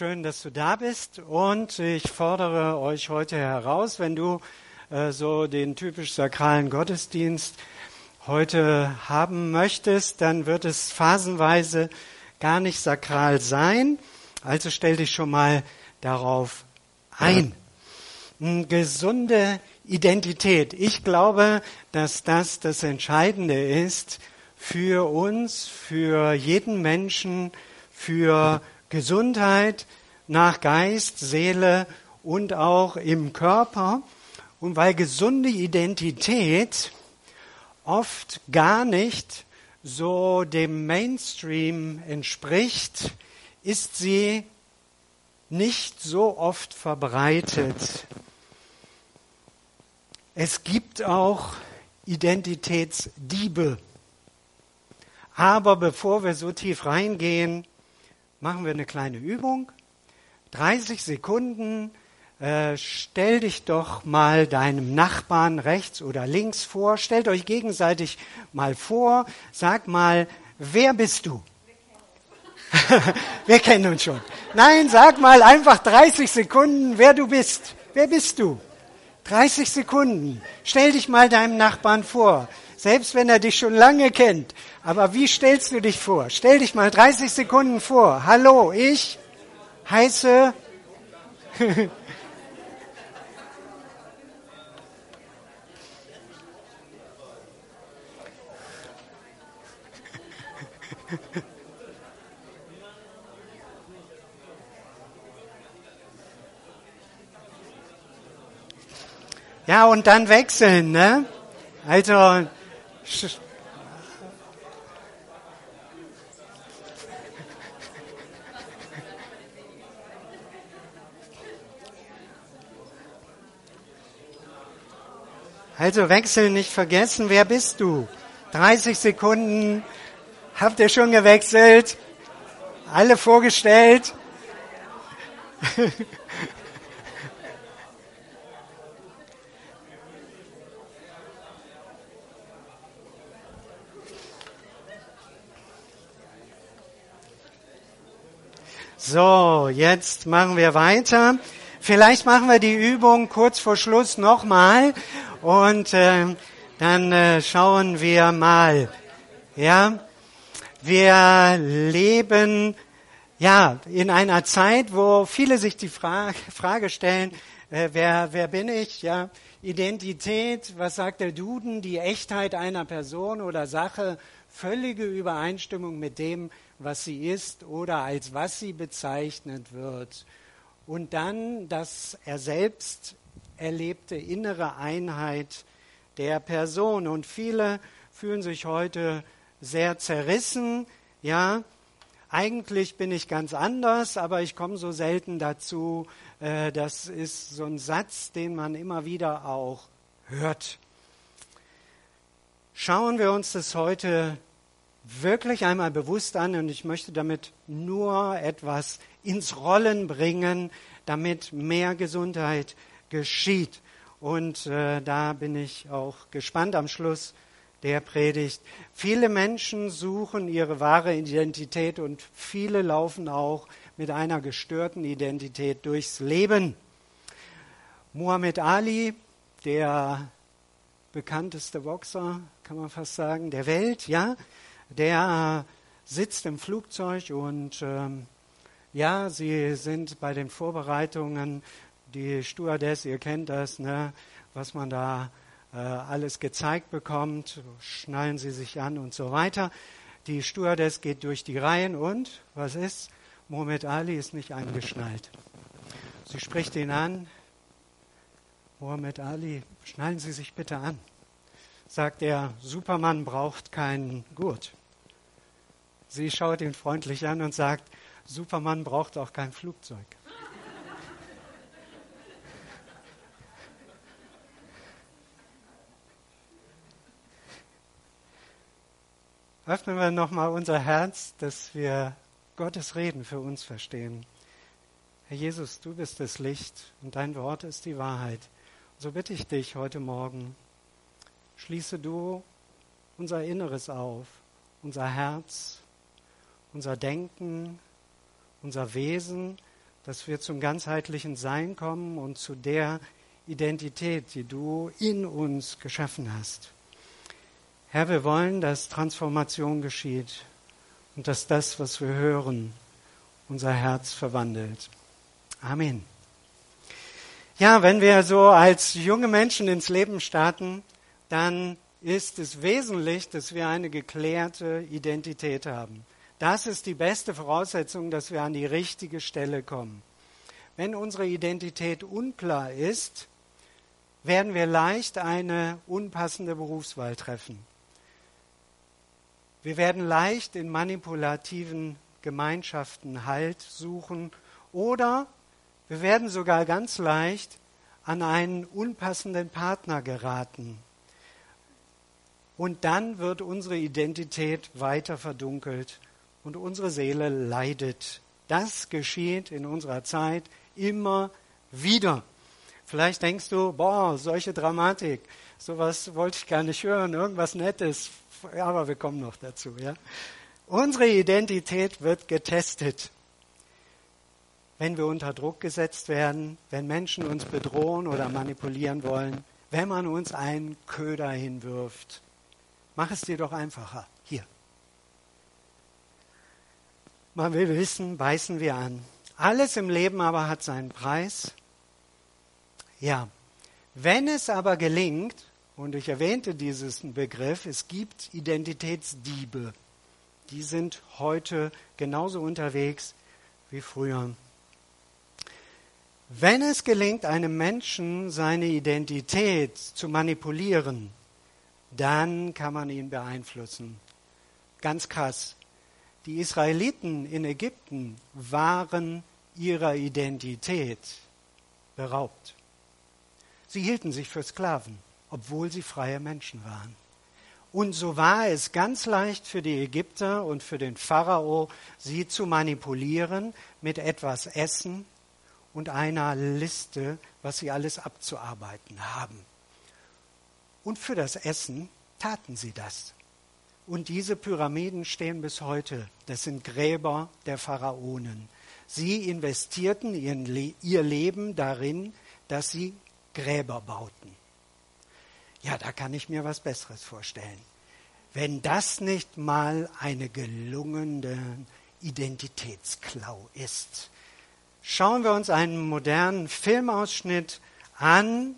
schön, dass du da bist und ich fordere euch heute heraus, wenn du so den typisch sakralen Gottesdienst heute haben möchtest, dann wird es phasenweise gar nicht sakral sein. Also stell dich schon mal darauf ein. Gesunde Identität. Ich glaube, dass das Entscheidende ist für uns, für jeden Menschen, für Gesundheit nach Geist, Seele und auch im Körper. Und weil gesunde Identität oft gar nicht so dem Mainstream entspricht, ist sie nicht so oft verbreitet. Es gibt auch Identitätsdiebe. Aber bevor wir so tief reingehen, machen wir eine kleine Übung. 30 Sekunden. Stell dich doch mal deinem Nachbarn rechts oder links vor. Stellt euch gegenseitig mal vor. Sag mal, wer bist du? Wir kennen uns schon. Nein, sag mal einfach 30 Sekunden, wer du bist. Wer bist du? 30 Sekunden. Stell dich mal deinem Nachbarn vor. Selbst wenn er dich schon lange kennt. Aber wie stellst du dich vor? Stell dich mal 30 Sekunden vor. Hallo, ich heiße... Ja, und dann wechseln, ne? Also, wechseln nicht vergessen, wer bist du? 30 Sekunden, habt ihr schon gewechselt? Alle vorgestellt? So, jetzt machen wir weiter. Vielleicht machen wir die Übung kurz vor Schluss nochmal und dann schauen wir mal. Ja, wir leben ja in einer Zeit, wo viele sich die Frage stellen, wer bin ich? Ja, Identität, was sagt der Duden? Die Echtheit einer Person oder Sache, völlige Übereinstimmung mit dem, was sie ist oder als was sie bezeichnet wird. Und dann das er selbst erlebte innere Einheit der Person. Und viele fühlen sich heute sehr zerrissen. Ja, eigentlich bin ich ganz anders, aber ich komme so selten dazu. Das ist so ein Satz, den man immer wieder auch hört. Schauen wir uns das heute wirklich einmal bewusst an und ich möchte damit nur etwas ins Rollen bringen, damit mehr Gesundheit geschieht. Und da bin ich auch gespannt am Schluss der Predigt. Viele Menschen suchen ihre wahre Identität und viele laufen auch mit einer gestörten Identität durchs Leben. Muhammad Ali, der bekannteste Boxer, kann man fast sagen, der Welt, ja, der sitzt im Flugzeug und ja, sie sind bei den Vorbereitungen, die Stewardess, ihr kennt das, ne, was man da alles gezeigt bekommt, schnallen sie sich an und so weiter. Die Stewardess geht durch die Reihen und, was ist? Muhammad Ali ist nicht angeschnallt. Sie spricht ihn an, Muhammad Ali, schnallen Sie sich bitte an. Sagt er, Superman braucht keinen Gurt. Sie schaut ihn freundlich an und sagt, Superman braucht auch kein Flugzeug. Öffnen wir nochmal unser Herz, dass wir Gottes Reden für uns verstehen. Herr Jesus, du bist das Licht und dein Wort ist die Wahrheit. So bitte ich dich heute Morgen, schließe du unser Inneres auf, unser Herz, unser Denken, unser Wesen, dass wir zum ganzheitlichen Sein kommen und zu der Identität, die du in uns geschaffen hast. Herr, wir wollen, dass Transformation geschieht und dass das, was wir hören, unser Herz verwandelt. Amen. Ja, wenn wir so als junge Menschen ins Leben starten, dann ist es wesentlich, dass wir eine geklärte Identität haben. Das ist die beste Voraussetzung, dass wir an die richtige Stelle kommen. Wenn unsere Identität unklar ist, werden wir leicht eine unpassende Berufswahl treffen. Wir werden leicht in manipulativen Gemeinschaften Halt suchen oder wir werden sogar ganz leicht an einen unpassenden Partner geraten. Und dann wird unsere Identität weiter verdunkelt und unsere Seele leidet. Das geschieht in unserer Zeit immer wieder. Vielleicht denkst du, solche Dramatik, sowas wollte ich gar nicht hören, irgendwas Nettes, aber wir kommen noch dazu. Ja? Unsere Identität wird getestet. Wenn wir unter Druck gesetzt werden, wenn Menschen uns bedrohen oder manipulieren wollen, wenn man uns einen Köder hinwirft. Mach es dir doch einfacher. Hier. Man will wissen, beißen wir an. Alles im Leben aber hat seinen Preis. Ja, wenn es aber gelingt, und ich erwähnte diesen Begriff, es gibt Identitätsdiebe. Die sind heute genauso unterwegs wie früher. Wenn es gelingt, einem Menschen seine Identität zu manipulieren, dann kann man ihn beeinflussen. Ganz krass. Die Israeliten in Ägypten waren ihrer Identität beraubt. Sie hielten sich für Sklaven, obwohl sie freie Menschen waren. Und so war es ganz leicht für die Ägypter und für den Pharao, sie zu manipulieren mit etwas Essen und einer Liste, was sie alles abzuarbeiten haben. Und für das Essen taten sie das. Und diese Pyramiden stehen bis heute. Das sind Gräber der Pharaonen. Sie investierten ihr Leben darin, dass sie Gräber bauten. Ja, da kann ich mir was Besseres vorstellen. Wenn das nicht mal eine gelungene Identitätsklau ist. Schauen wir uns einen modernen Filmausschnitt an.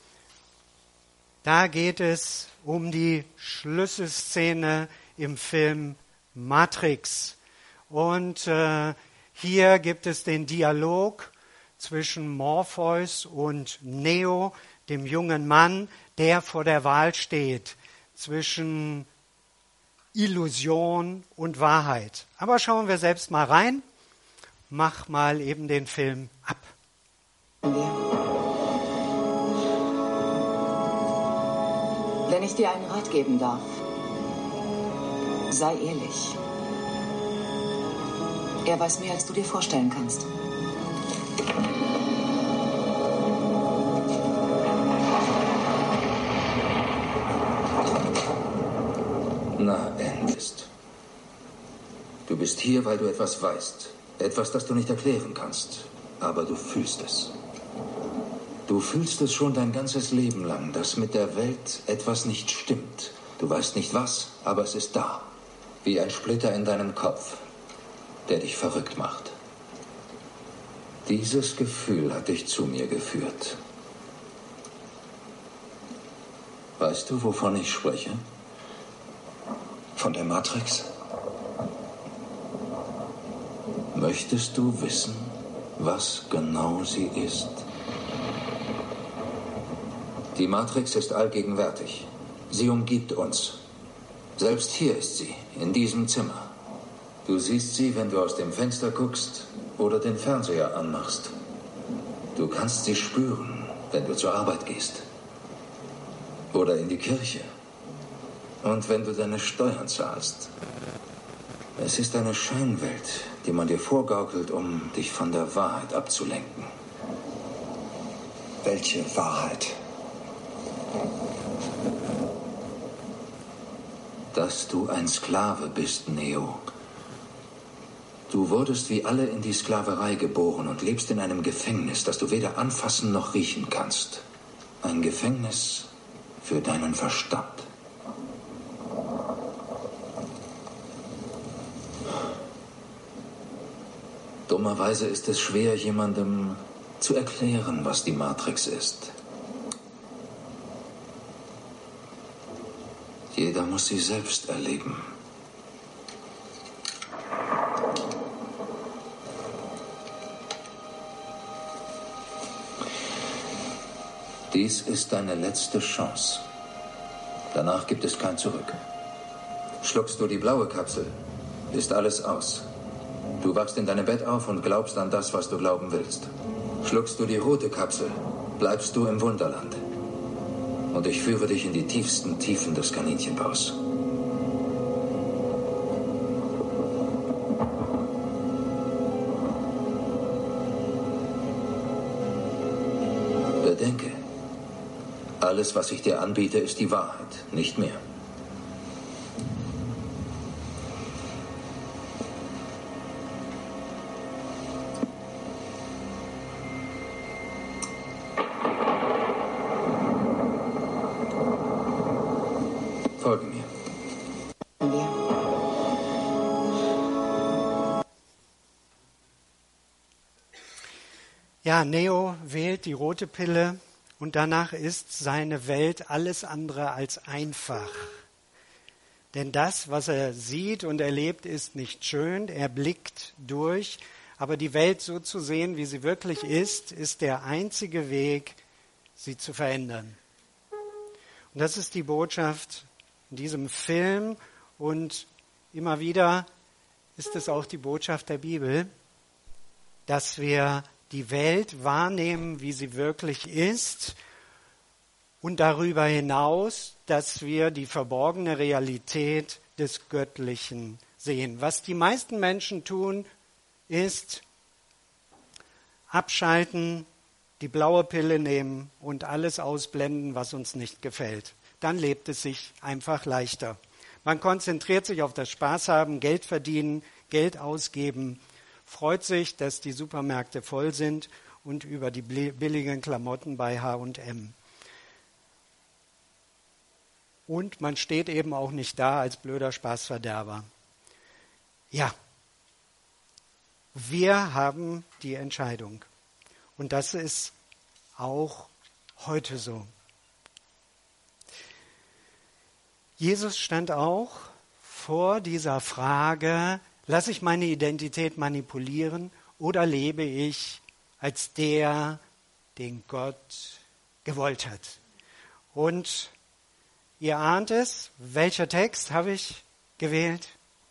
Da geht es um die Schlüsselszene im Film Matrix. Und hier gibt es den Dialog zwischen Morpheus und Neo, dem jungen Mann, der vor der Wahl steht zwischen Illusion und Wahrheit. Aber schauen wir selbst mal rein. Mach mal eben den Film ab. Wenn ich dir einen Rat geben darf, sei ehrlich. Er weiß mehr, als du dir vorstellen kannst. Na, endlich. Du bist hier, weil du etwas weißt. Etwas, das du nicht erklären kannst. Aber du fühlst es. Du fühlst es schon dein ganzes Leben lang, dass mit der Welt etwas nicht stimmt. Du weißt nicht was, aber es ist da. Wie ein Splitter in deinem Kopf, der dich verrückt macht. Dieses Gefühl hat dich zu mir geführt. Weißt du, wovon ich spreche? Von der Matrix? Möchtest du wissen, was genau sie ist? Die Matrix ist allgegenwärtig. Sie umgibt uns. Selbst hier ist sie, in diesem Zimmer. Du siehst sie, wenn du aus dem Fenster guckst oder den Fernseher anmachst. Du kannst sie spüren, wenn du zur Arbeit gehst. Oder in die Kirche. Und wenn du deine Steuern zahlst. Es ist eine Scheinwelt, die man dir vorgaukelt, um dich von der Wahrheit abzulenken. Welche Wahrheit? Dass du ein Sklave bist, Neo. Du wurdest wie alle in die Sklaverei geboren und lebst in einem Gefängnis, das du weder anfassen noch riechen kannst. Ein Gefängnis für deinen Verstand. Dummerweise ist es schwer, jemandem zu erklären, was die Matrix ist. Jeder muss sie selbst erleben. Dies ist deine letzte Chance. Danach gibt es kein Zurück. Schluckst du die blaue Kapsel, ist alles aus. Du wachst in deinem Bett auf und glaubst an das, was du glauben willst. Schluckst du die rote Kapsel, bleibst du im Wunderland. Und ich führe dich in die tiefsten Tiefen des Kaninchenbaus. Bedenke, alles, was ich dir anbiete, ist die Wahrheit, nicht mehr. Folge mir. Ja, Neo wählt die rote Pille und danach ist seine Welt alles andere als einfach. Denn das, was er sieht und erlebt, ist nicht schön. Er blickt durch, aber die Welt so zu sehen, wie sie wirklich ist der einzige Weg, sie zu verändern. Und das ist die Botschaft in diesem Film und immer wieder ist es auch die Botschaft der Bibel, dass wir die Welt wahrnehmen, wie sie wirklich ist und darüber hinaus, dass wir die verborgene Realität des Göttlichen sehen. Was die meisten Menschen tun, ist abschalten, die blaue Pille nehmen und alles ausblenden, was uns nicht gefällt. Dann lebt es sich einfach leichter. Man konzentriert sich auf das Spaß haben, Geld verdienen, Geld ausgeben, freut sich, dass die Supermärkte voll sind und über die billigen Klamotten bei H&M. Und man steht eben auch nicht da als blöder Spaßverderber. Ja, wir haben die Entscheidung. Und das ist auch heute so. Jesus stand auch vor dieser Frage, lasse ich meine Identität manipulieren oder lebe ich als der, den Gott gewollt hat? Und ihr ahnt es, welcher Text habe ich gewählt?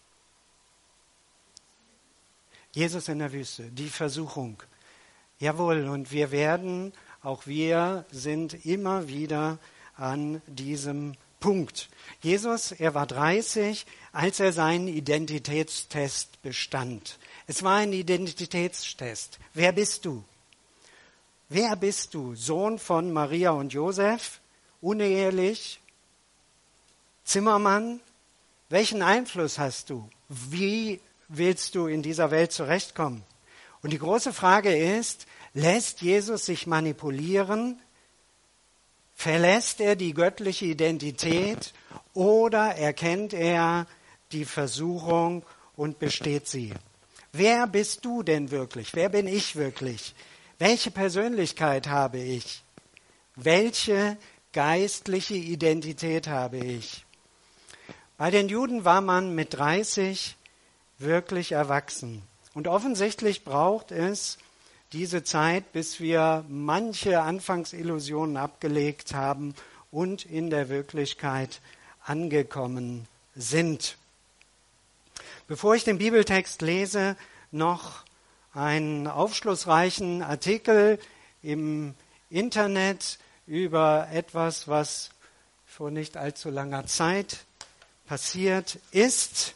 Jesus in der Wüste, die Versuchung. Jawohl, und auch wir sind immer wieder an diesem Punkt. Jesus, er war 30, als er seinen Identitätstest bestand. Es war ein Identitätstest. Wer bist du? Wer bist du? Sohn von Maria und Josef? Unehelich? Zimmermann? Welchen Einfluss hast du? Wie willst du in dieser Welt zurechtkommen? Und die große Frage ist, lässt Jesus sich manipulieren? Verlässt er die göttliche Identität oder erkennt er die Versuchung und besteht sie? Wer bist du denn wirklich? Wer bin ich wirklich? Welche Persönlichkeit habe ich? Welche geistliche Identität habe ich? Bei den Juden war man mit 30 wirklich erwachsen. Und offensichtlich braucht es diese Zeit, bis wir manche Anfangsillusionen abgelegt haben und in der Wirklichkeit angekommen sind. Bevor ich den Bibeltext lese, noch einen aufschlussreichen Artikel im Internet über etwas, was vor nicht allzu langer Zeit passiert ist.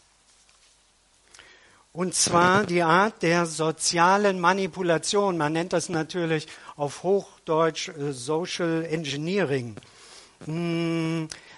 Und zwar die Art der sozialen Manipulation. Man nennt das natürlich auf Hochdeutsch Social Engineering.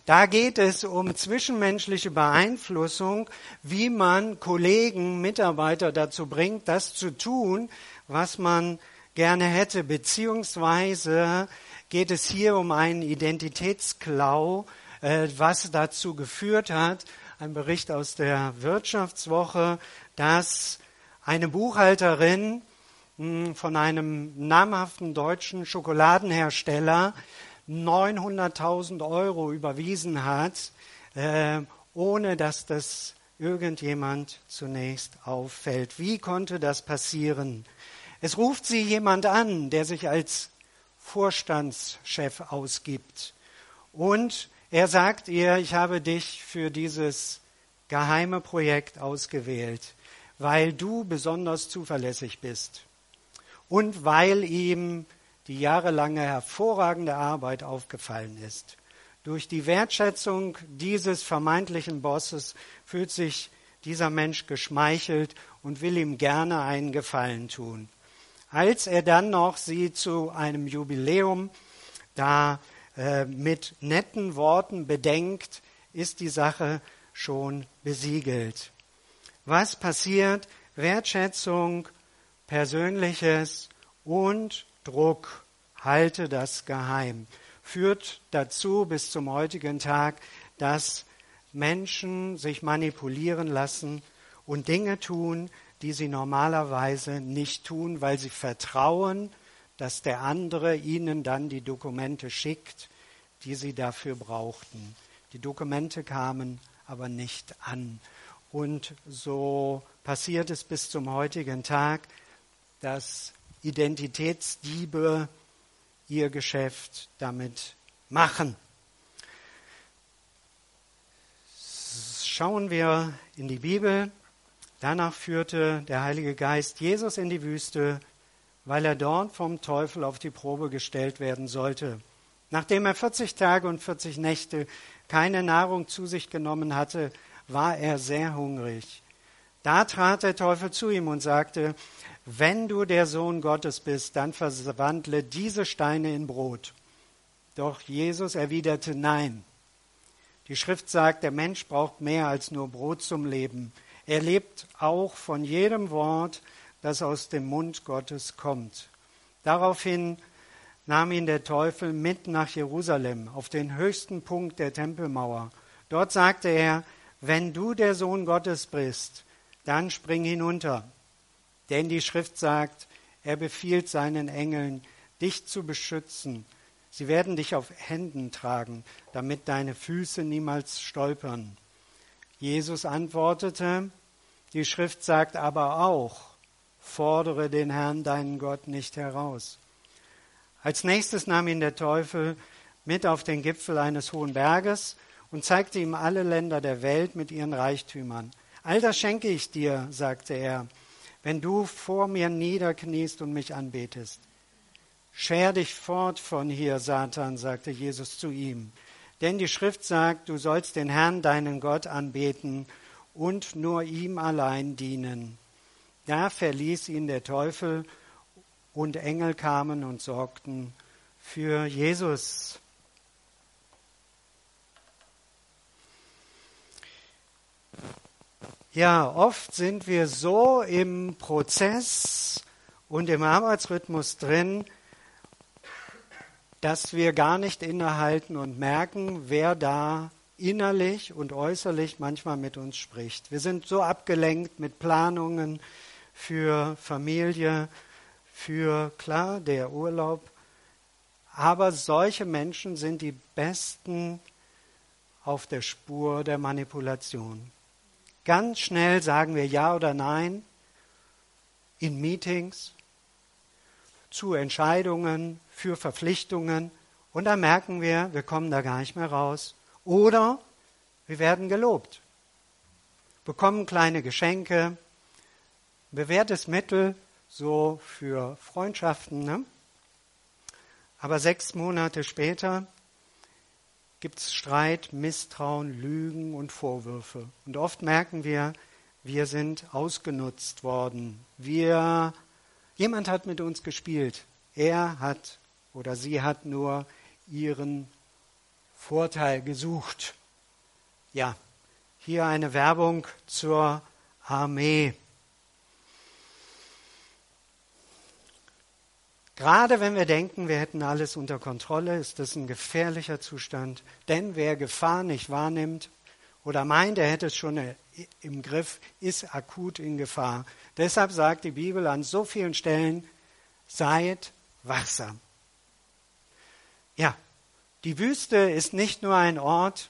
Da geht es um zwischenmenschliche Beeinflussung, wie man Kollegen, Mitarbeiter dazu bringt, das zu tun, was man gerne hätte. Beziehungsweise geht es hier um einen Identitätsklau, was dazu geführt hat, ein Bericht aus der Wirtschaftswoche, dass eine Buchhalterin von einem namhaften deutschen Schokoladenhersteller 900.000 Euro überwiesen hat, ohne dass das irgendjemand zunächst auffällt. Wie konnte das passieren? Es ruft sie jemand an, der sich als Vorstandschef ausgibt. Und er sagt ihr, ich habe dich für dieses geheime Projekt ausgewählt, weil du besonders zuverlässig bist und weil ihm die jahrelange hervorragende Arbeit aufgefallen ist. Durch die Wertschätzung dieses vermeintlichen Bosses fühlt sich dieser Mensch geschmeichelt und will ihm gerne einen Gefallen tun. Als er dann noch sie zu einem Jubiläum da mit netten Worten bedenkt, ist die Sache schon besiegelt. Was passiert? Wertschätzung, Persönliches und Druck, halte das geheim, führt dazu bis zum heutigen Tag, dass Menschen sich manipulieren lassen und Dinge tun, die sie normalerweise nicht tun, weil sie vertrauen, dass der andere ihnen dann die Dokumente schickt, die sie dafür brauchten. Die Dokumente kamen aber nicht an. Und so passiert es bis zum heutigen Tag, dass Identitätsdiebe ihr Geschäft damit machen. Schauen wir in die Bibel. Danach führte der Heilige Geist Jesus in die Wüste, weil er dort vom Teufel auf die Probe gestellt werden sollte. Nachdem er 40 Tage und 40 Nächte keine Nahrung zu sich genommen hatte, war er sehr hungrig. Da trat der Teufel zu ihm und sagte, wenn du der Sohn Gottes bist, dann verwandle diese Steine in Brot. Doch Jesus erwiderte, nein. Die Schrift sagt, der Mensch braucht mehr als nur Brot zum Leben. Er lebt auch von jedem Wort, das aus dem Mund Gottes kommt. Daraufhin nahm ihn der Teufel mit nach Jerusalem, auf den höchsten Punkt der Tempelmauer. Dort sagte er, wenn du der Sohn Gottes bist, dann spring hinunter. Denn die Schrift sagt, er befiehlt seinen Engeln, dich zu beschützen. Sie werden dich auf Händen tragen, damit deine Füße niemals stolpern. Jesus antwortete, die Schrift sagt aber auch, fordere den Herrn, deinen Gott, nicht heraus. Als nächstes nahm ihn der Teufel mit auf den Gipfel eines hohen Berges und zeigte ihm alle Länder der Welt mit ihren Reichtümern. All das schenke ich dir, sagte er, wenn du vor mir niederkniest und mich anbetest. Scher dich fort von hier, Satan, sagte Jesus zu ihm. Denn die Schrift sagt, du sollst den Herrn, deinen Gott, anbeten und nur ihm allein dienen. Da verließ ihn der Teufel und Engel kamen und sorgten für Jesus. Ja, oft sind wir so im Prozess und im Arbeitsrhythmus drin, dass wir gar nicht innehalten und merken, wer da innerlich und äußerlich manchmal mit uns spricht. Wir sind so abgelenkt mit Planungen für Familie, für, klar, der Urlaub. Aber solche Menschen sind die Besten auf der Spur der Manipulation. Ganz schnell sagen wir Ja oder Nein in Meetings, zu Entscheidungen, für Verpflichtungen und dann merken wir kommen da gar nicht mehr raus. Oder wir werden gelobt, bekommen kleine Geschenke, bewährtes Mittel so für Freundschaften. Ne? Aber 6 Monate später gibt es Streit, Misstrauen, Lügen und Vorwürfe. Und oft merken wir sind ausgenutzt worden. Jemand hat mit uns gespielt. Er hat oder sie hat nur ihren Vorteil gesucht. Ja, hier eine Werbung zur Armee. Gerade wenn wir denken, wir hätten alles unter Kontrolle, ist das ein gefährlicher Zustand. Denn wer Gefahr nicht wahrnimmt oder meint, er hätte es schon im Griff, ist akut in Gefahr. Deshalb sagt die Bibel an so vielen Stellen, seid wachsam. Ja, die Wüste ist nicht nur ein Ort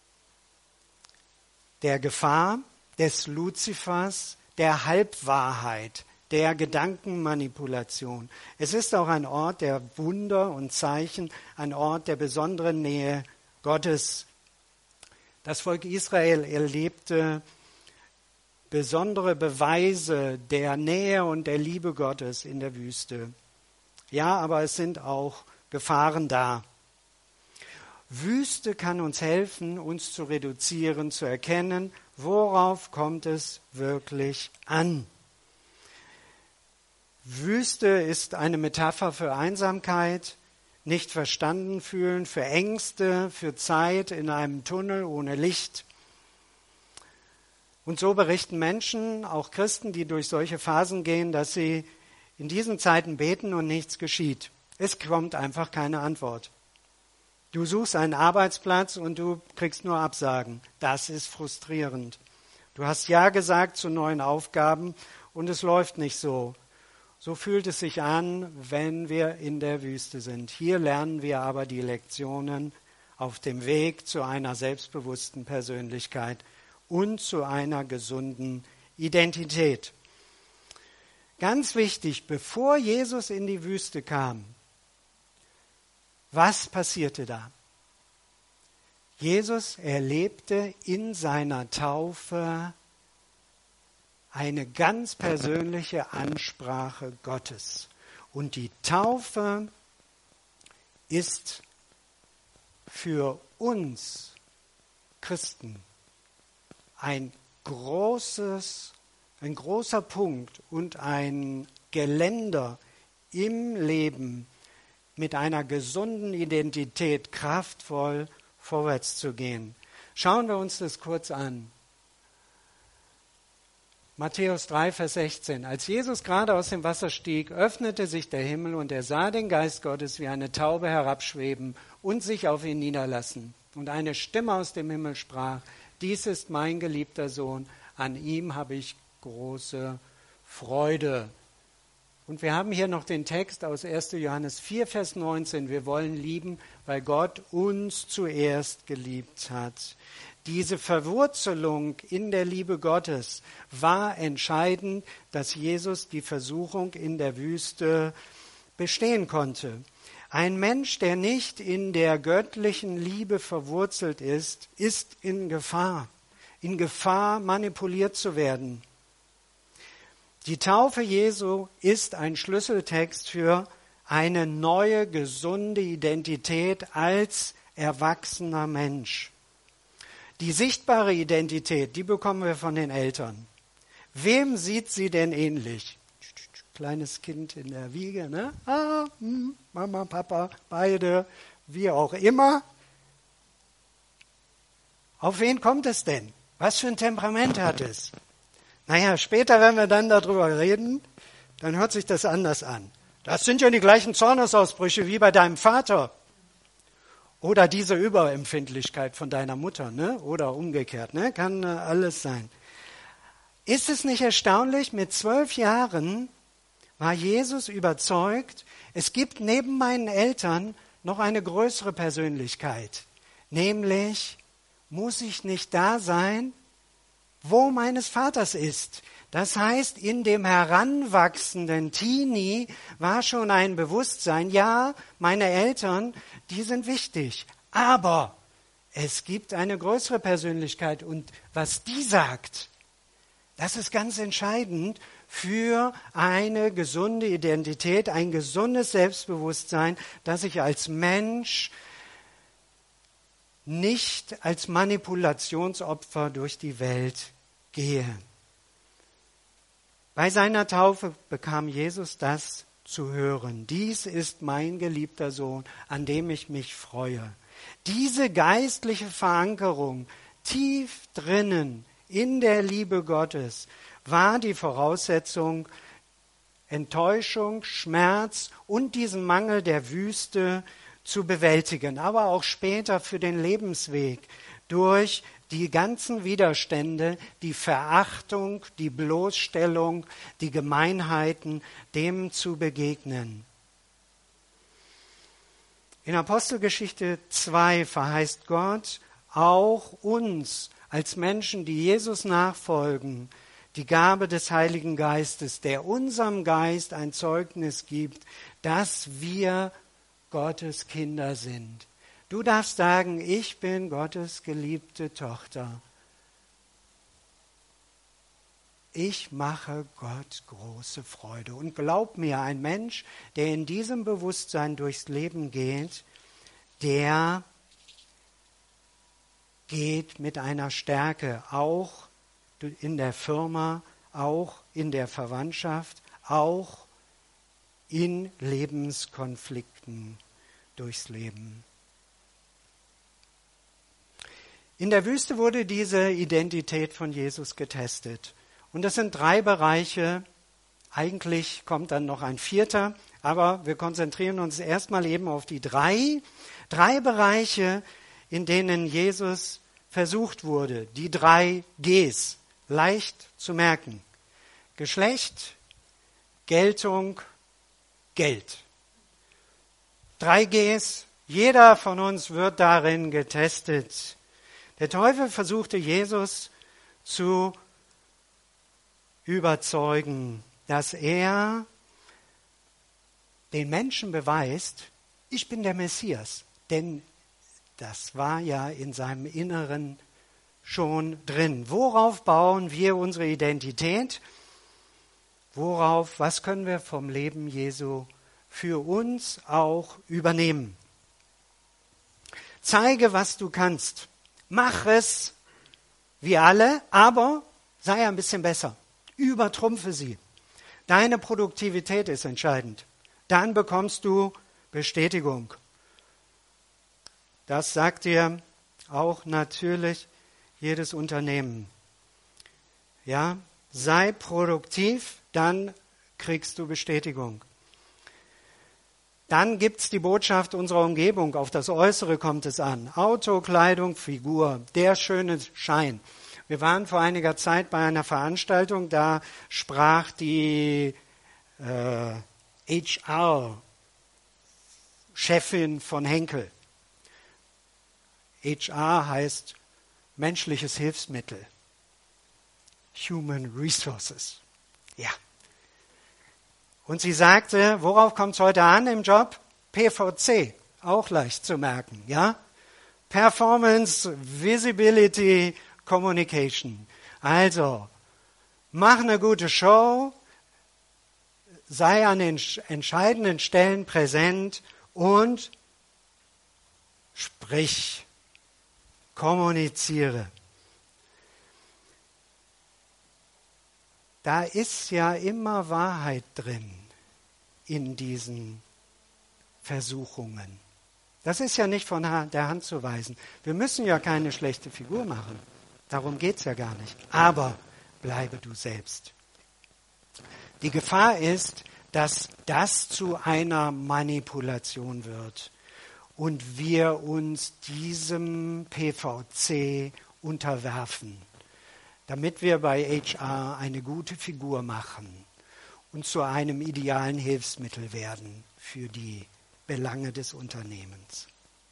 der Gefahr, des Luzifers, der Halbwahrheit, der Gedankenmanipulation. Es ist auch ein Ort der Wunder und Zeichen, ein Ort der besonderen Nähe Gottes. Das Volk Israel erlebte besondere Beweise der Nähe und der Liebe Gottes in der Wüste. Ja, aber es sind auch Gefahren da. Wüste kann uns helfen, uns zu reduzieren, zu erkennen, worauf kommt es wirklich an. Wüste ist eine Metapher für Einsamkeit, nicht verstanden fühlen, für Ängste, für Zeit in einem Tunnel ohne Licht. Und so berichten Menschen, auch Christen, die durch solche Phasen gehen, dass sie in diesen Zeiten beten und nichts geschieht. Es kommt einfach keine Antwort. Du suchst einen Arbeitsplatz und du kriegst nur Absagen. Das ist frustrierend. Du hast Ja gesagt zu neuen Aufgaben und es läuft nicht so. So fühlt es sich an, wenn wir in der Wüste sind. Hier lernen wir aber die Lektionen auf dem Weg zu einer selbstbewussten Persönlichkeit und zu einer gesunden Identität. Ganz wichtig, bevor Jesus in die Wüste kam, was passierte da? Jesus erlebte in seiner Taufe eine ganz persönliche Ansprache Gottes. Und die Taufe ist für uns Christen ein großer Punkt und ein Geländer im Leben, mit einer gesunden Identität kraftvoll vorwärts zu gehen. Schauen wir uns das kurz an. Matthäus 3, Vers 16. Als Jesus gerade aus dem Wasser stieg, öffnete sich der Himmel und er sah den Geist Gottes wie eine Taube herabschweben und sich auf ihn niederlassen. Und eine Stimme aus dem Himmel sprach, dies ist mein geliebter Sohn, an ihm habe ich große Freude. Und wir haben hier noch den Text aus 1. Johannes 4, Vers 19. Wir wollen lieben, weil Gott uns zuerst geliebt hat. Diese Verwurzelung in der Liebe Gottes war entscheidend, dass Jesus die Versuchung in der Wüste bestehen konnte. Ein Mensch, der nicht in der göttlichen Liebe verwurzelt ist, ist in Gefahr manipuliert zu werden. Die Taufe Jesu ist ein Schlüsseltext für eine neue, gesunde Identität als erwachsener Mensch. Die sichtbare Identität, die bekommen wir von den Eltern. Wem sieht sie denn ähnlich? Kleines Kind in der Wiege, ne? Mama, Papa, beide, wie auch immer. Auf wen kommt es denn? Was für ein Temperament hat es? Naja, später, wenn wir dann darüber reden, dann hört sich das anders an. Das sind ja die gleichen Zornesausbrüche wie bei deinem Vater. Oder diese Überempfindlichkeit von deiner Mutter, ne? Oder umgekehrt, ne? Kann alles sein. Ist es nicht erstaunlich, mit 12 Jahren war Jesus überzeugt, es gibt neben meinen Eltern noch eine größere Persönlichkeit. Nämlich, muss ich nicht da sein, wo meines Vaters ist. Das heißt, in dem heranwachsenden Teenie war schon ein Bewusstsein, ja, meine Eltern, die sind wichtig, aber es gibt eine größere Persönlichkeit und was die sagt, das ist ganz entscheidend für eine gesunde Identität, ein gesundes Selbstbewusstsein, dass ich als Mensch nicht als Manipulationsopfer durch die Welt gehe. Bei seiner Taufe bekam Jesus das zu hören. Dies ist mein geliebter Sohn, an dem ich mich freue. Diese geistliche Verankerung tief drinnen in der Liebe Gottes war die Voraussetzung, Enttäuschung, Schmerz und diesen Mangel der Wüste zu bewältigen, aber auch später für den Lebensweg durch die ganzen Widerstände, die Verachtung, die Bloßstellung, die Gemeinheiten, dem zu begegnen. In Apostelgeschichte 2 verheißt Gott auch uns als Menschen, die Jesus nachfolgen, die Gabe des Heiligen Geistes, der unserem Geist ein Zeugnis gibt, dass wir Gottes Kinder sind. Du darfst sagen, ich bin Gottes geliebte Tochter. Ich mache Gott große Freude. Und glaub mir, ein Mensch, der in diesem Bewusstsein durchs Leben geht, der geht mit einer Stärke, auch in der Firma, auch in der Verwandtschaft, auch in Lebenskonflikten durchs Leben. In der Wüste wurde diese Identität von Jesus getestet. Und das sind 3 Bereiche. Eigentlich kommt dann noch ein 4., aber wir konzentrieren uns erstmal eben auf die 3 Bereiche, in denen Jesus versucht wurde. Die 3 Gs, leicht zu merken. Geschlecht, Geltung, Geld. 3 Gs, jeder von uns wird darin getestet. Der Teufel versuchte Jesus zu überzeugen, dass er den Menschen beweist, ich bin der Messias. Denn das war ja in seinem Inneren schon drin. Worauf bauen wir unsere Identität? Was können wir vom Leben Jesu für uns auch übernehmen? Zeige, was du kannst. Mach es wie alle, aber sei ein bisschen besser. Übertrumpfe sie. Deine Produktivität ist entscheidend. Dann bekommst du Bestätigung. Das sagt dir auch natürlich jedes Unternehmen. Ja, sei produktiv, dann kriegst du Bestätigung. Dann gibt es die Botschaft unserer Umgebung. Auf das Äußere kommt es an. Auto, Kleidung, Figur, der schöne Schein. Wir waren vor einiger Zeit bei einer Veranstaltung, da sprach die HR-Chefin von Henkel. HR heißt menschliches Hilfsmittel. Human Resources. Ja. Und sie sagte, worauf kommt es heute an im Job? PVC, auch leicht zu merken. Ja? Performance, Visibility, Communication. Also, mach eine gute Show, sei an den entscheidenden Stellen präsent und sprich, kommuniziere. Da ist ja immer Wahrheit drin in diesen Versuchungen. Das ist ja nicht von der Hand zu weisen. Wir müssen ja keine schlechte Figur machen. Darum geht es ja gar nicht. Aber bleibe du selbst. Die Gefahr ist, dass das zu einer Manipulation wird und wir uns diesem PVC unterwerfen, damit wir bei HR eine gute Figur machen und zu einem idealen Hilfsmittel werden für die Belange des Unternehmens.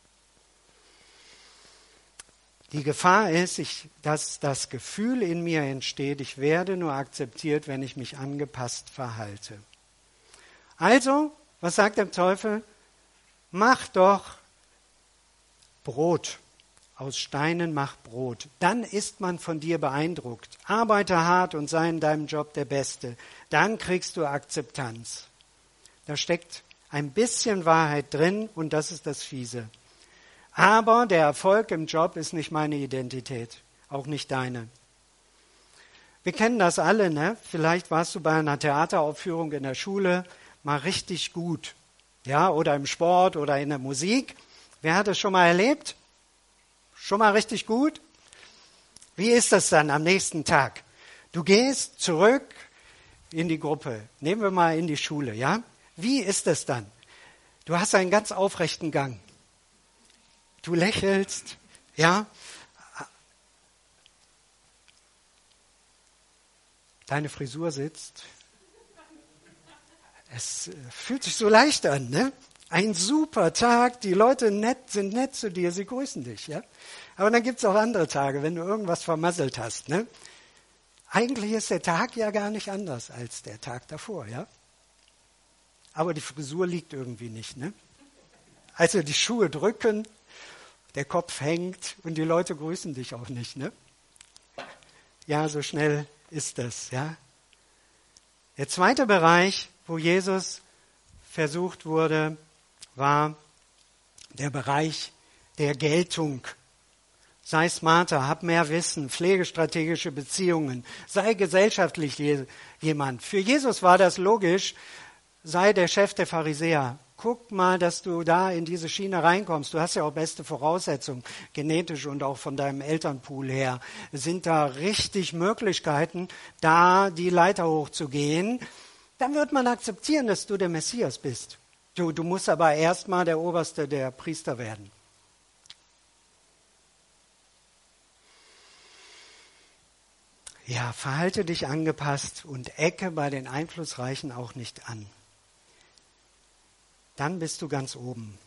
Die Gefahr ist, dass das Gefühl in mir entsteht, ich werde nur akzeptiert, wenn ich mich angepasst verhalte. Also, was sagt der Teufel? Mach doch Brot. Aus Steinen mach Brot. Dann ist man von dir beeindruckt. Arbeite hart und sei in deinem Job der Beste. Dann kriegst du Akzeptanz. Da steckt ein bisschen Wahrheit drin und das ist das Fiese. Aber der Erfolg im Job ist nicht meine Identität, auch nicht deine. Wir kennen das alle, ne? Vielleicht warst du bei einer Theateraufführung in der Schule mal richtig gut, ja, oder im Sport oder in der Musik. Wer hat es schon mal erlebt? Schon mal richtig gut? Wie ist das dann am nächsten Tag? Du gehst zurück in die Gruppe. Nehmen wir mal in die Schule, ja? Wie ist das dann? Du hast einen ganz aufrechten Gang. Du lächelst, ja? Deine Frisur sitzt. Es fühlt sich so leicht an, ne? Ein super Tag, die Leute sind nett zu dir, sie grüßen dich, ja? Aber dann gibt es auch andere Tage, wenn du irgendwas vermasselt hast, ne? Eigentlich ist der Tag ja gar nicht anders als der Tag davor, ja? Aber die Frisur liegt irgendwie nicht, ne? Also die Schuhe drücken, der Kopf hängt und die Leute grüßen dich auch nicht, ne? Ja, so schnell ist das, ja? Der zweite Bereich, wo Jesus versucht wurde, war der Bereich der Geltung. Sei smarter, hab mehr Wissen, pflegestrategische Beziehungen, sei gesellschaftlich jemand. Für Jesus war das logisch, sei der Chef der Pharisäer. Guck mal, dass du da in diese Schiene reinkommst. Du hast ja auch beste Voraussetzungen, genetisch und auch von deinem Elternpool her. Sind da richtig Möglichkeiten, da die Leiter hochzugehen? Dann wird man akzeptieren, dass du der Messias bist. Du musst aber erstmal der Oberste der Priester werden. Ja, verhalte dich angepasst und ecke bei den Einflussreichen auch nicht an. Dann bist du ganz oben.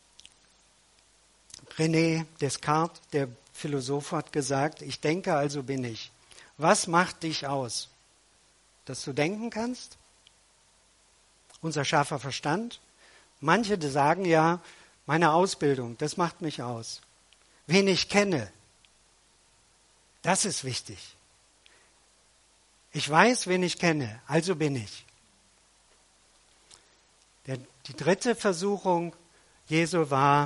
René Descartes, der Philosoph, hat gesagt, ich denke, also bin ich. Was macht dich aus? Dass du denken kannst? Unser scharfer Verstand? Manche sagen ja, meine Ausbildung, das macht mich aus. Wen ich kenne, das ist wichtig. Ich weiß, wen ich kenne, also bin ich. Die dritte Versuchung Jesu war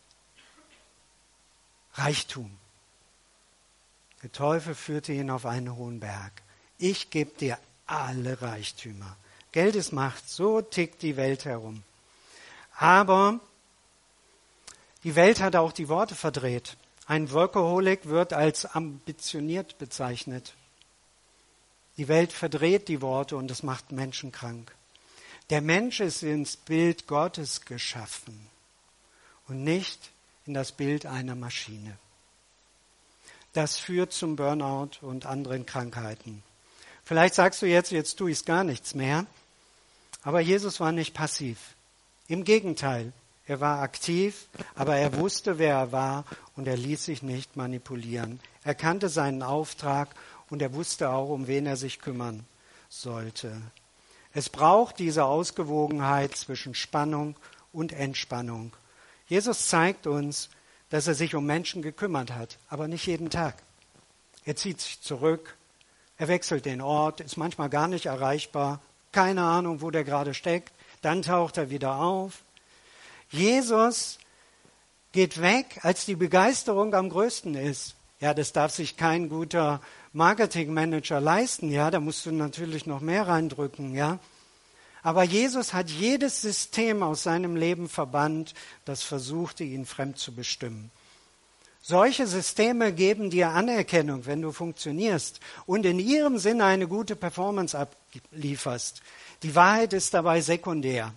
Reichtum. Der Teufel führte ihn auf einen hohen Berg. Ich gebe dir alle Reichtümer. Geld ist Macht, so tickt die Welt herum. Aber die Welt hat auch die Worte verdreht. Ein Workaholic wird als ambitioniert bezeichnet. Die Welt verdreht die Worte und es macht Menschen krank. Der Mensch ist ins Bild Gottes geschaffen und nicht in das Bild einer Maschine. Das führt zum Burnout und anderen Krankheiten. Vielleicht sagst du jetzt tue ich gar nichts mehr. Aber Jesus war nicht passiv. Im Gegenteil, er war aktiv, aber er wusste, wer er war und er ließ sich nicht manipulieren. Er kannte seinen Auftrag und er wusste auch, um wen er sich kümmern sollte. Es braucht diese Ausgewogenheit zwischen Spannung und Entspannung. Jesus zeigt uns, dass er sich um Menschen gekümmert hat, aber nicht jeden Tag. Er zieht sich zurück, er wechselt den Ort, ist manchmal gar nicht erreichbar, keine Ahnung, wo der gerade steckt, dann taucht er wieder auf. Jesus geht weg, als die Begeisterung am größten ist. Ja, das darf sich kein guter Marketingmanager leisten, ja, da musst du natürlich noch mehr reindrücken, ja. Aber Jesus hat jedes System aus seinem Leben verbannt, das versuchte, ihn fremd zu bestimmen. Solche Systeme geben dir Anerkennung, wenn du funktionierst und in ihrem Sinne eine gute Performance ablieferst. Die Wahrheit ist dabei sekundär.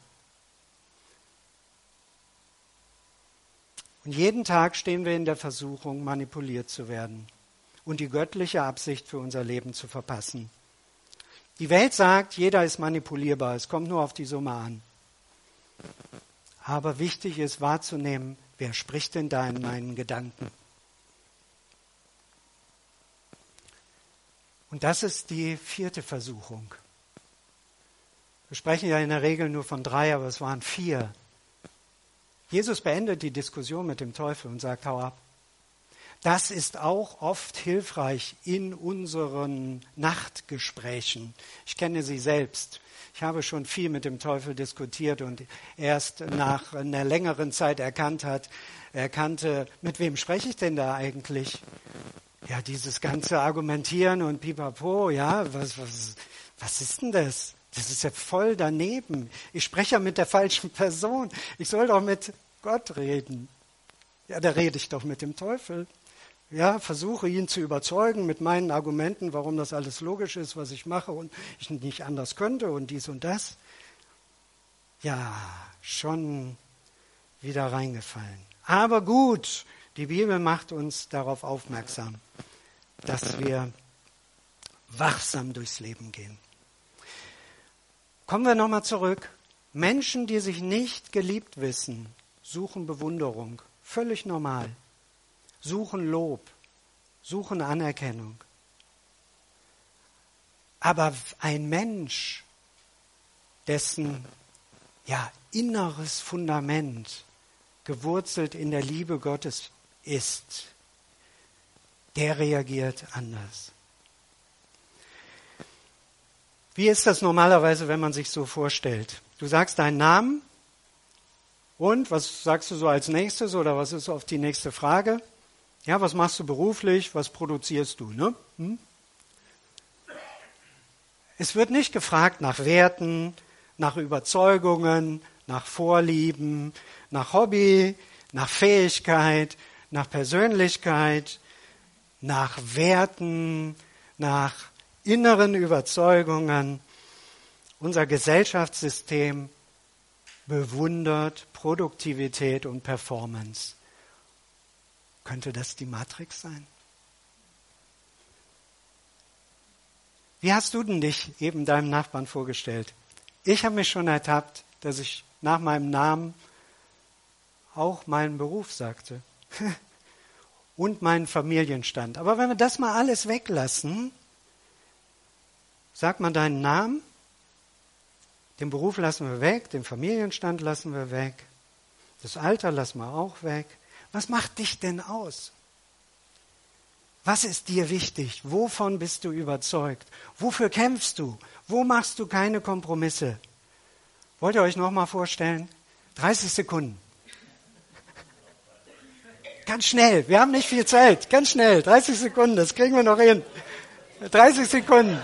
Und jeden Tag stehen wir in der Versuchung, manipuliert zu werden und die göttliche Absicht für unser Leben zu verpassen. Die Welt sagt, jeder ist manipulierbar, es kommt nur auf die Summe an. Aber wichtig ist wahrzunehmen, wer spricht denn da in meinen Gedanken? Und das ist die vierte Versuchung. Wir sprechen ja in der Regel nur von 3, aber es waren 4. Jesus beendet die Diskussion mit dem Teufel und sagt, hau ab. Das ist auch oft hilfreich in unseren Nachtgesprächen. Ich kenne sie selbst. Ich habe schon viel mit dem Teufel diskutiert und erst nach einer längeren Zeit erkannte, mit wem spreche ich denn da eigentlich? Ja, dieses ganze Argumentieren und Pipapo, ja, was ist denn das? Das ist ja voll daneben. Ich spreche ja mit der falschen Person. Ich soll doch mit Gott reden. Ja, da rede ich doch mit dem Teufel. Ja, versuche ihn zu überzeugen mit meinen Argumenten, warum das alles logisch ist, was ich mache und ich nicht anders könnte und dies und das. Ja, schon wieder reingefallen. Aber gut, die Bibel macht uns darauf aufmerksam, dass wir wachsam durchs Leben gehen. Kommen wir nochmal zurück. Menschen, die sich nicht geliebt wissen, suchen Bewunderung. Völlig normal. Suchen Lob. Suchen Anerkennung. Aber ein Mensch, dessen inneres Fundament gewurzelt in der Liebe Gottes ist, der reagiert anders. Wie ist das normalerweise, wenn man sich so vorstellt? Du sagst deinen Namen und was sagst du so als nächstes oder was ist auf die nächste Frage? Ja, was machst du beruflich? Was produzierst du? Ne? Es wird nicht gefragt nach Werten, nach Überzeugungen, nach Vorlieben, nach Hobby, nach Fähigkeit, nach Persönlichkeit, nach Werten, nach inneren Überzeugungen. Unser Gesellschaftssystem bewundert Produktivität und Performance. Könnte das die Matrix sein? Wie hast du denn dich eben deinem Nachbarn vorgestellt? Ich habe mich schon ertappt, dass ich nach meinem Namen auch meinen Beruf sagte und meinen Familienstand. Aber wenn wir das mal alles weglassen, sagt man deinen Namen, den Beruf lassen wir weg, den Familienstand lassen wir weg, das Alter lassen wir auch weg. Was macht dich denn aus? Was ist dir wichtig? Wovon bist du überzeugt? Wofür kämpfst du? Wo machst du keine Kompromisse? Wollt ihr euch nochmal vorstellen? 30 Sekunden. Ganz schnell, wir haben nicht viel Zeit. Ganz schnell, 30 Sekunden, das kriegen wir noch hin. 30 Sekunden.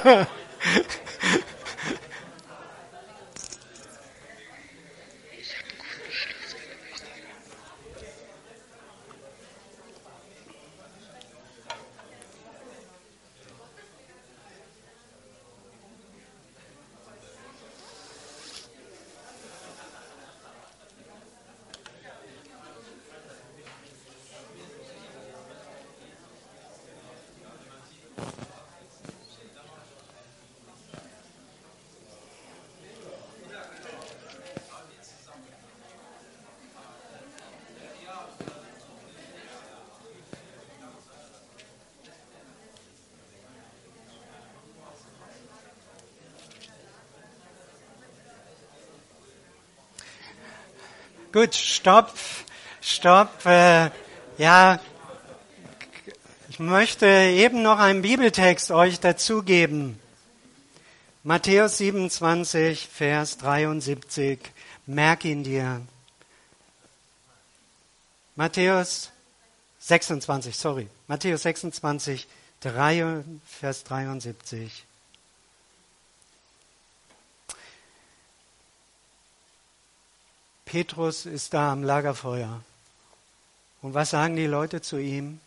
Gut, stopp. Ich möchte eben noch einen Bibeltext euch dazugeben. Matthäus 27, Vers 73. Merk ihn dir. Matthäus 26, Vers 73. Petrus ist da am Lagerfeuer. Und was sagen die Leute zu ihm?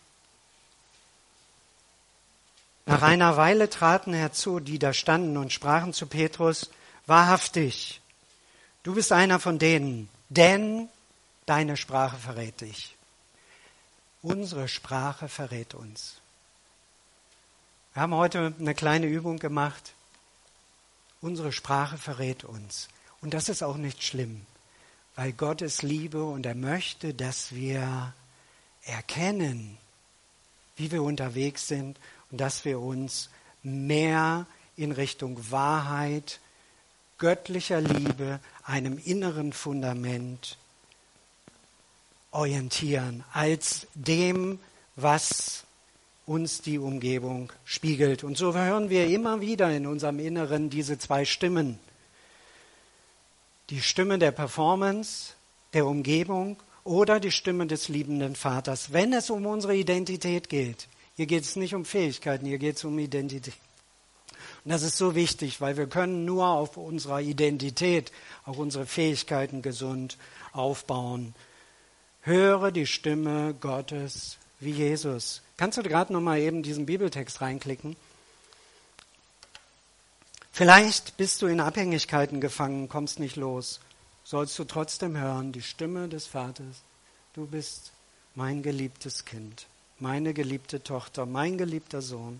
Nach einer Weile traten herzu, die da standen und sprachen zu Petrus, wahrhaftig, du bist einer von denen, denn deine Sprache verrät dich. Unsere Sprache verrät uns. Wir haben heute eine kleine Übung gemacht. Unsere Sprache verrät uns. Und das ist auch nicht schlimm. Weil Gott ist Liebe und er möchte, dass wir erkennen, wie wir unterwegs sind und dass wir uns mehr in Richtung Wahrheit, göttlicher Liebe, einem inneren Fundament orientieren, als dem, was uns die Umgebung spiegelt. Und so hören wir immer wieder in unserem Inneren diese zwei Stimmen. Die Stimme der Performance, der Umgebung oder die Stimme des liebenden Vaters, wenn es um unsere Identität geht. Hier geht es nicht um Fähigkeiten, hier geht es um Identität. Und das ist so wichtig, weil wir können nur auf unserer Identität auch unsere Fähigkeiten gesund aufbauen. Höre die Stimme Gottes wie Jesus. Kannst du gerade noch mal eben diesen Bibeltext reinklicken? Vielleicht bist du in Abhängigkeiten gefangen, kommst nicht los. Sollst du trotzdem hören, die Stimme des Vaters. Du bist mein geliebtes Kind, meine geliebte Tochter, mein geliebter Sohn.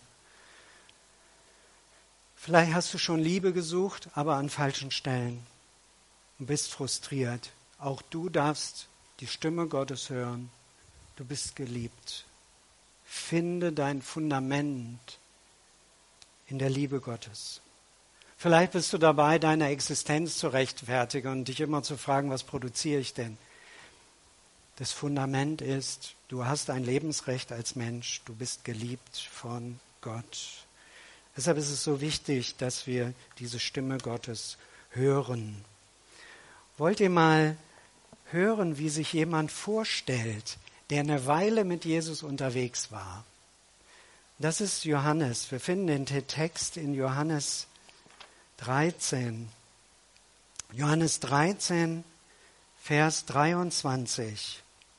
Vielleicht hast du schon Liebe gesucht, aber an falschen Stellen und bist frustriert. Auch du darfst die Stimme Gottes hören. Du bist geliebt. Finde dein Fundament in der Liebe Gottes. Vielleicht bist du dabei, deine Existenz zu rechtfertigen und dich immer zu fragen, was produziere ich denn? Das Fundament ist, du hast ein Lebensrecht als Mensch, du bist geliebt von Gott. Deshalb ist es so wichtig, dass wir diese Stimme Gottes hören. Wollt ihr mal hören, wie sich jemand vorstellt, der eine Weile mit Jesus unterwegs war? Das ist Johannes. Wir finden den Text in Johannes 13. Johannes 13, Vers 23.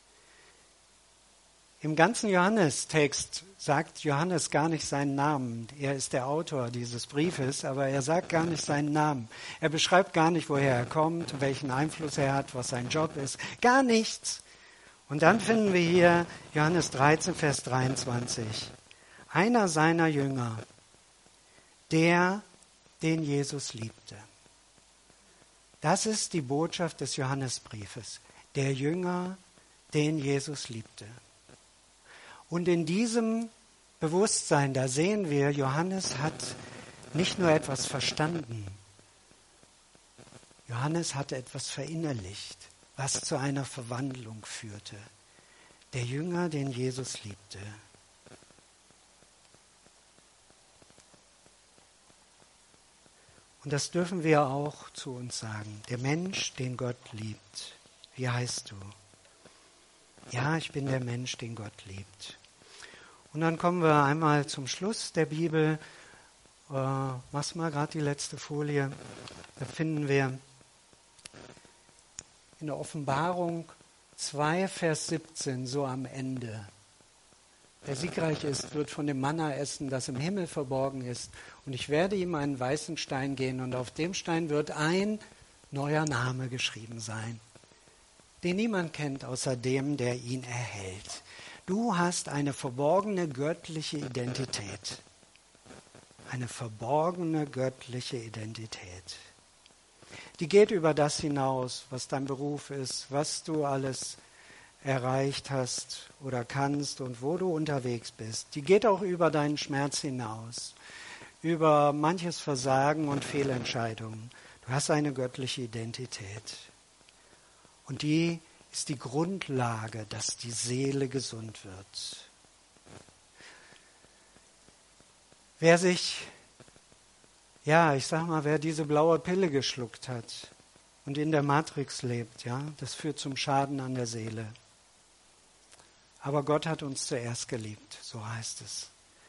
Im ganzen Johannes-Text sagt Johannes gar nicht seinen Namen. Er ist der Autor dieses Briefes, aber er sagt gar nicht seinen Namen. Er beschreibt gar nicht, woher er kommt, welchen Einfluss er hat, was sein Job ist. Gar nichts. Und dann finden wir hier Johannes 13, Vers 23. Einer seiner Jünger, der den Jesus liebte. Das ist die Botschaft des Johannesbriefes. Der Jünger, den Jesus liebte. Und in diesem Bewusstsein, da sehen wir, Johannes hat nicht nur etwas verstanden. Johannes hatte etwas verinnerlicht, was zu einer Verwandlung führte. Der Jünger, den Jesus liebte. Und das dürfen wir auch zu uns sagen. Der Mensch, den Gott liebt. Wie heißt du? Ja, ich bin der Mensch, den Gott liebt. Und dann kommen wir einmal zum Schluss der Bibel. Machst mal gerade die letzte Folie. Da finden wir in der Offenbarung 2, Vers 17, so am Ende. Wer siegreich ist, wird von dem Manna essen, das im Himmel verborgen ist. Und ich werde ihm einen weißen Stein geben und auf dem Stein wird ein neuer Name geschrieben sein, den niemand kennt außer dem, der ihn erhält. Du hast eine verborgene göttliche Identität. Eine verborgene göttliche Identität. Die geht über das hinaus, was dein Beruf ist, was du alles erreicht hast oder kannst und wo du unterwegs bist. Die geht auch über deinen Schmerz hinaus, über manches Versagen und Fehlentscheidungen. Du hast eine göttliche Identität. Und die ist die Grundlage, dass die Seele gesund wird. Wer wer diese blaue Pille geschluckt hat und in der Matrix lebt, das führt zum Schaden an der Seele. Aber Gott hat uns zuerst geliebt, so heißt es.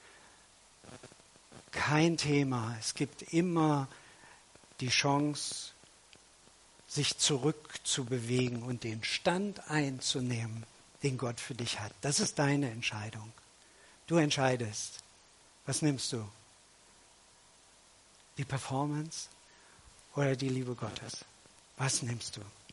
Kein Thema. Es gibt immer die Chance, sich zurückzubewegen und den Stand einzunehmen, den Gott für dich hat. Das ist deine Entscheidung. Du entscheidest. Was nimmst du? Die Performance oder die Liebe Gottes? Was nimmst du?